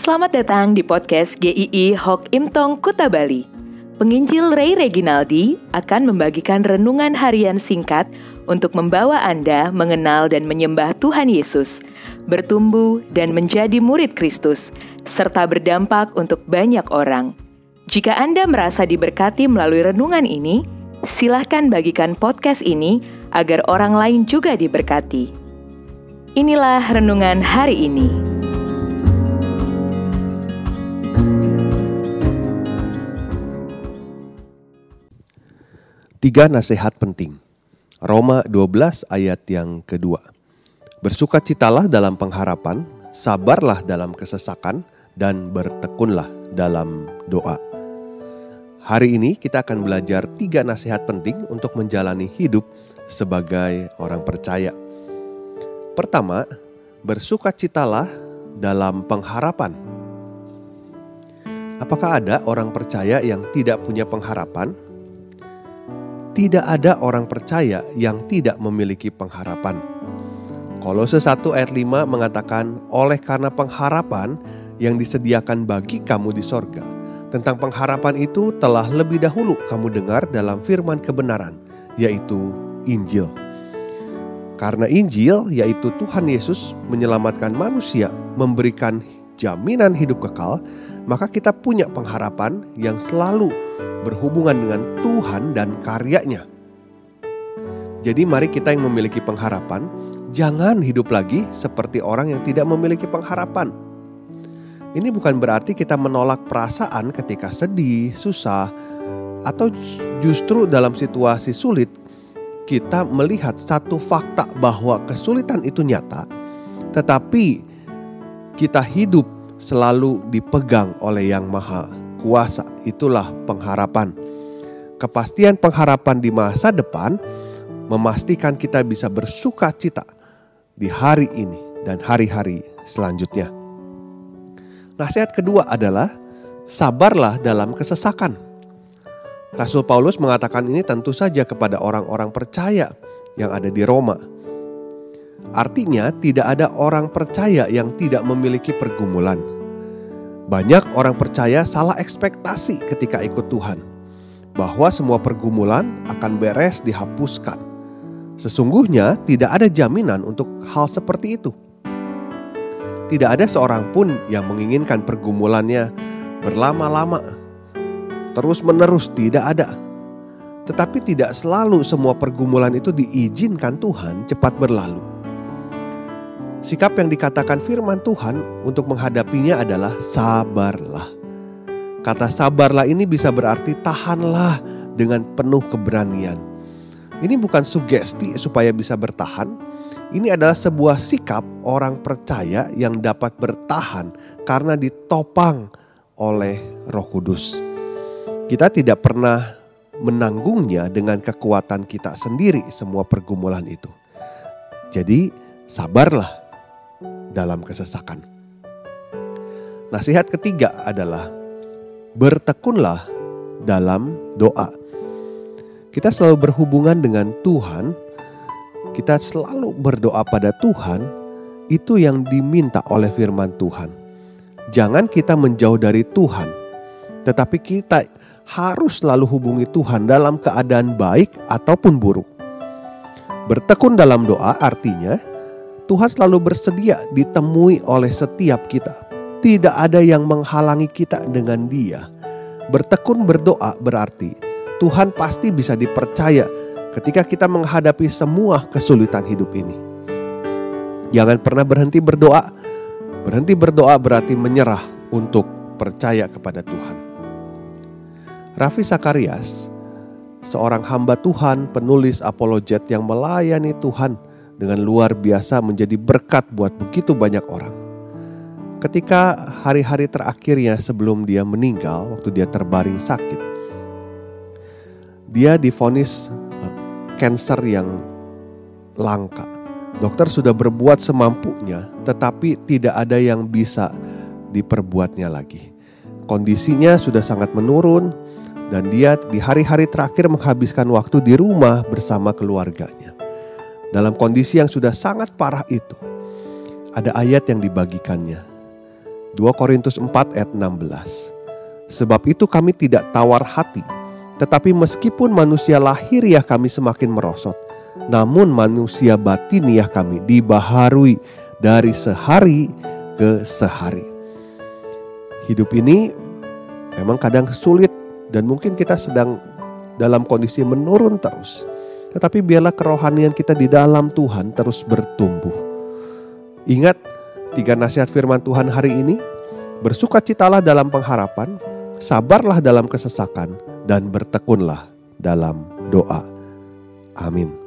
Selamat datang di podcast GII Hok Imtong Kuta Bali. Penginjil Ray Reginaldi akan membagikan renungan harian singkat untuk membawa Anda mengenal dan menyembah Tuhan Yesus, bertumbuh dan menjadi murid Kristus, serta berdampak untuk banyak orang. Jika Anda merasa diberkati melalui renungan ini, silahkan bagikan podcast ini agar orang lain juga diberkati. Inilah renungan hari ini. Tiga nasihat penting. Roma 12 ayat yang kedua. Bersukacitalah dalam pengharapan, sabarlah dalam kesesakan, dan bertekunlah dalam doa. Hari ini kita akan belajar 3 nasihat penting untuk menjalani hidup sebagai orang percaya. Pertama, bersukacitalah dalam pengharapan. Apakah ada orang percaya yang tidak punya pengharapan? Tidak ada orang percaya yang tidak memiliki pengharapan. Kolose 1 ayat 5 mengatakan, oleh karena pengharapan yang disediakan bagi kamu di sorga. Tentang pengharapan itu telah lebih dahulu kamu dengar dalam firman kebenaran, yaitu Injil. Karena Injil, yaitu Tuhan Yesus menyelamatkan manusia, memberikan jaminan hidup kekal, maka kita punya pengharapan yang selalu berhubungan dengan Tuhan dan karyanya. Jadi mari kita yang memiliki pengharapan, jangan hidup lagi seperti orang yang tidak memiliki pengharapan. Ini bukan berarti kita menolak perasaan ketika sedih, susah, atau justru dalam situasi sulit, kita melihat satu fakta bahwa kesulitan itu nyata, tetapi kita hidup selalu dipegang oleh Yang Maha Kuasa. Itulah pengharapan. Kepastian pengharapan di masa depan memastikan kita bisa bersuka cita di hari ini dan hari-hari selanjutnya. Nasihat kedua adalah sabarlah dalam kesesakan. Rasul Paulus mengatakan ini tentu saja kepada orang-orang percaya yang ada di Roma. Artinya tidak ada orang percaya yang tidak memiliki pergumulan. Banyak orang percaya salah ekspektasi ketika ikut Tuhan, bahwa semua pergumulan akan beres dihapuskan. Sesungguhnya tidak ada jaminan untuk hal seperti itu. Tidak ada seorang pun yang menginginkan pergumulannya berlama-lama, terus-menerus, tidak ada. Tetapi tidak selalu semua pergumulan itu diizinkan Tuhan cepat berlalu. Sikap yang dikatakan firman Tuhan untuk menghadapinya adalah sabarlah. Kata sabarlah ini bisa berarti tahanlah dengan penuh keberanian. Ini bukan sugesti supaya bisa bertahan. Ini adalah sebuah sikap orang percaya yang dapat bertahan karena ditopang oleh Roh Kudus. Kita tidak pernah menanggungnya dengan kekuatan kita sendiri semua pergumulan itu. Jadi sabarlah dalam kesesakan. Nasihat ketiga adalah bertekunlah dalam doa. Kita selalu berhubungan dengan Tuhan, kita selalu berdoa pada Tuhan, itu yang diminta oleh firman Tuhan. Jangan kita menjauh dari Tuhan, tetapi kita harus selalu hubungi Tuhan dalam keadaan baik ataupun buruk. Bertekun dalam doa artinya Tuhan selalu bersedia ditemui oleh setiap kita. Tidak ada yang menghalangi kita dengan Dia. Bertekun berdoa berarti Tuhan pasti bisa dipercaya ketika kita menghadapi semua kesulitan hidup ini. Jangan pernah berhenti berdoa. Berhenti berdoa berarti menyerah untuk percaya kepada Tuhan. Raffi Sakarias, seorang hamba Tuhan, penulis apologet yang melayani Tuhan dengan luar biasa, menjadi berkat buat begitu banyak orang. Ketika hari-hari terakhirnya sebelum dia meninggal, waktu dia terbaring sakit, dia divonis kanker yang langka. Dokter sudah berbuat semampunya, tetapi tidak ada yang bisa diperbuatnya lagi. Kondisinya sudah sangat menurun, dan dia di hari-hari terakhir menghabiskan waktu di rumah bersama keluarganya. Dalam kondisi yang sudah sangat parah itu, ada ayat yang dibagikannya. 2 Korintus 4 ayat 16. Sebab itu kami tidak tawar hati, tetapi meskipun manusia lahiriah kami semakin merosot, namun manusia batiniah kami dibaharui dari sehari ke sehari. Hidup ini memang kadang sulit dan mungkin kita sedang dalam kondisi menurun terus. Tetapi biarlah kerohanian kita di dalam Tuhan terus bertumbuh. Ingat 3 nasihat firman Tuhan hari ini. Bersukacitalah dalam pengharapan, sabarlah dalam kesesakan, dan bertekunlah dalam doa. Amin.